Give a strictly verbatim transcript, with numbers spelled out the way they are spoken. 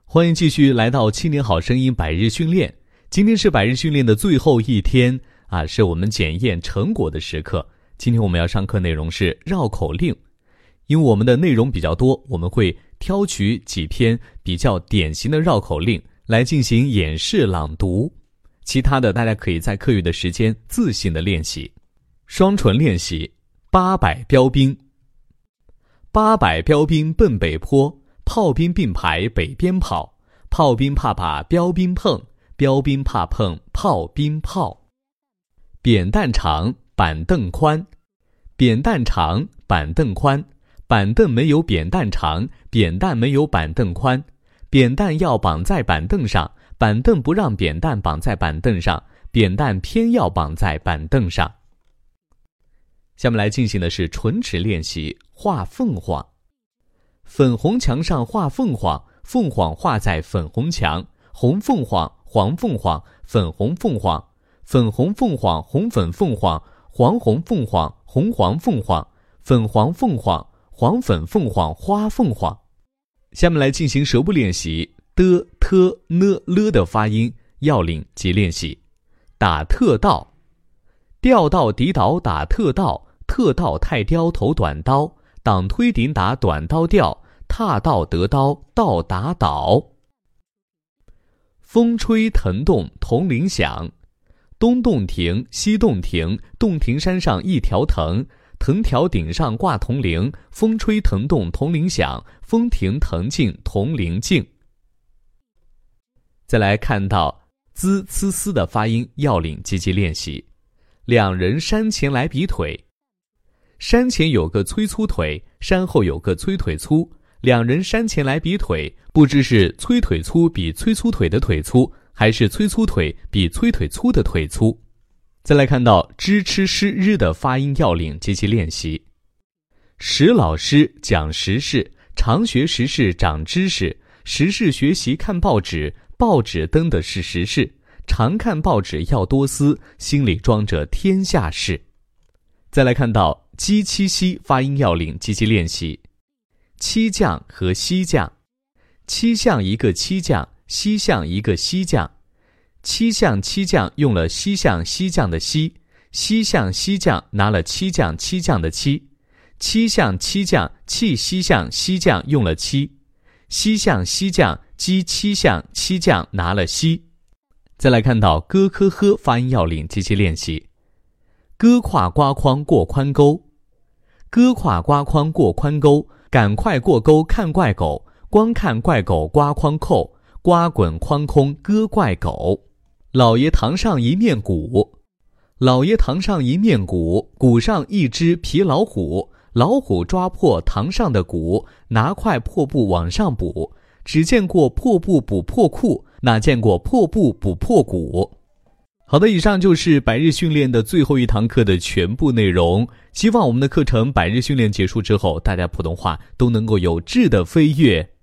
欢迎继续来到青年好声音百日训练。今天是百日训练的最后一天啊，是我们检验成果的时刻。今天我们要上课内容是绕口令，因为我们的内容比较多，我们会挑取几篇比较典型的绕口令来进行演示朗读，其他的大家可以在课余的时间自行的练习。双唇练习，八百标兵。八百标兵奔北坡，炮兵并排北边跑，炮兵怕把标兵碰，标兵怕碰炮兵炮。扁担长，板凳宽，扁担长，板凳宽，板凳没有扁担长，扁担没有板凳宽，扁担要绑在板凳上，板凳不让扁担绑在板凳上，扁担偏要绑在板凳上。下面来进行的是唇齿练习，画凤凰。粉红墙上画凤凰，凤凰画在粉红墙，红凤凰，黄凤凰，粉红凤凰，粉红凤凰，红粉凤凰，黄红凤凰，红黄凤凰，粉黄凤凰，黄粉凤凰，花凤凰。下面来进行舌部练习，的、特、呢、了的发音要领及练习。打特道，吊道敌倒打特道，特道太刁头短刀，挡推顶打短刀吊，踏道得刀道打倒。风吹藤动铜铃响，东洞庭西洞庭，洞庭山上一条藤，藤条顶上挂铜铃，风吹藤动铜铃响，风停藤静铜铃静。再来看到滋呲丝的发音要领积极练习。两人山前来比腿，山前有个崔粗腿，山后有个崔腿粗，两人山前来比腿，不知是崔腿粗比崔粗腿的腿粗，还是崔粗腿比崔腿粗的腿粗。再来看到支吃诗日的发音要领及其练习。石老师讲时事，常学时事长知识，时事学习看报纸，报纸登的是时事，常看报纸要多思，心里装着天下事。再来看到鸡七西发音要领及其练习。七将和西将，七像一个七将，西像一个西将，七像七将用了西像西将的西，西像西将拿了七将七将的七，七像七将气西像西将用了七，西像西将鸡七像七将拿了西。再来看到咯科呵发音要领及其练习。哥跨瓜筐过宽沟，哥跨瓜筐过宽沟，赶快过沟看怪狗，光看怪狗瓜筐扣，瓜滚筐空割怪狗。老爷堂上一面鼓，老爷堂上一面鼓，鼓上一只皮老虎，老虎抓破堂上的鼓，拿块破布往上补，只见过破布补破裤，哪见过破布补破鼓。好的，以上就是百日训练的最后一堂课的全部内容。希望我们的课程百日训练结束之后，大家普通话都能够有质的飞跃。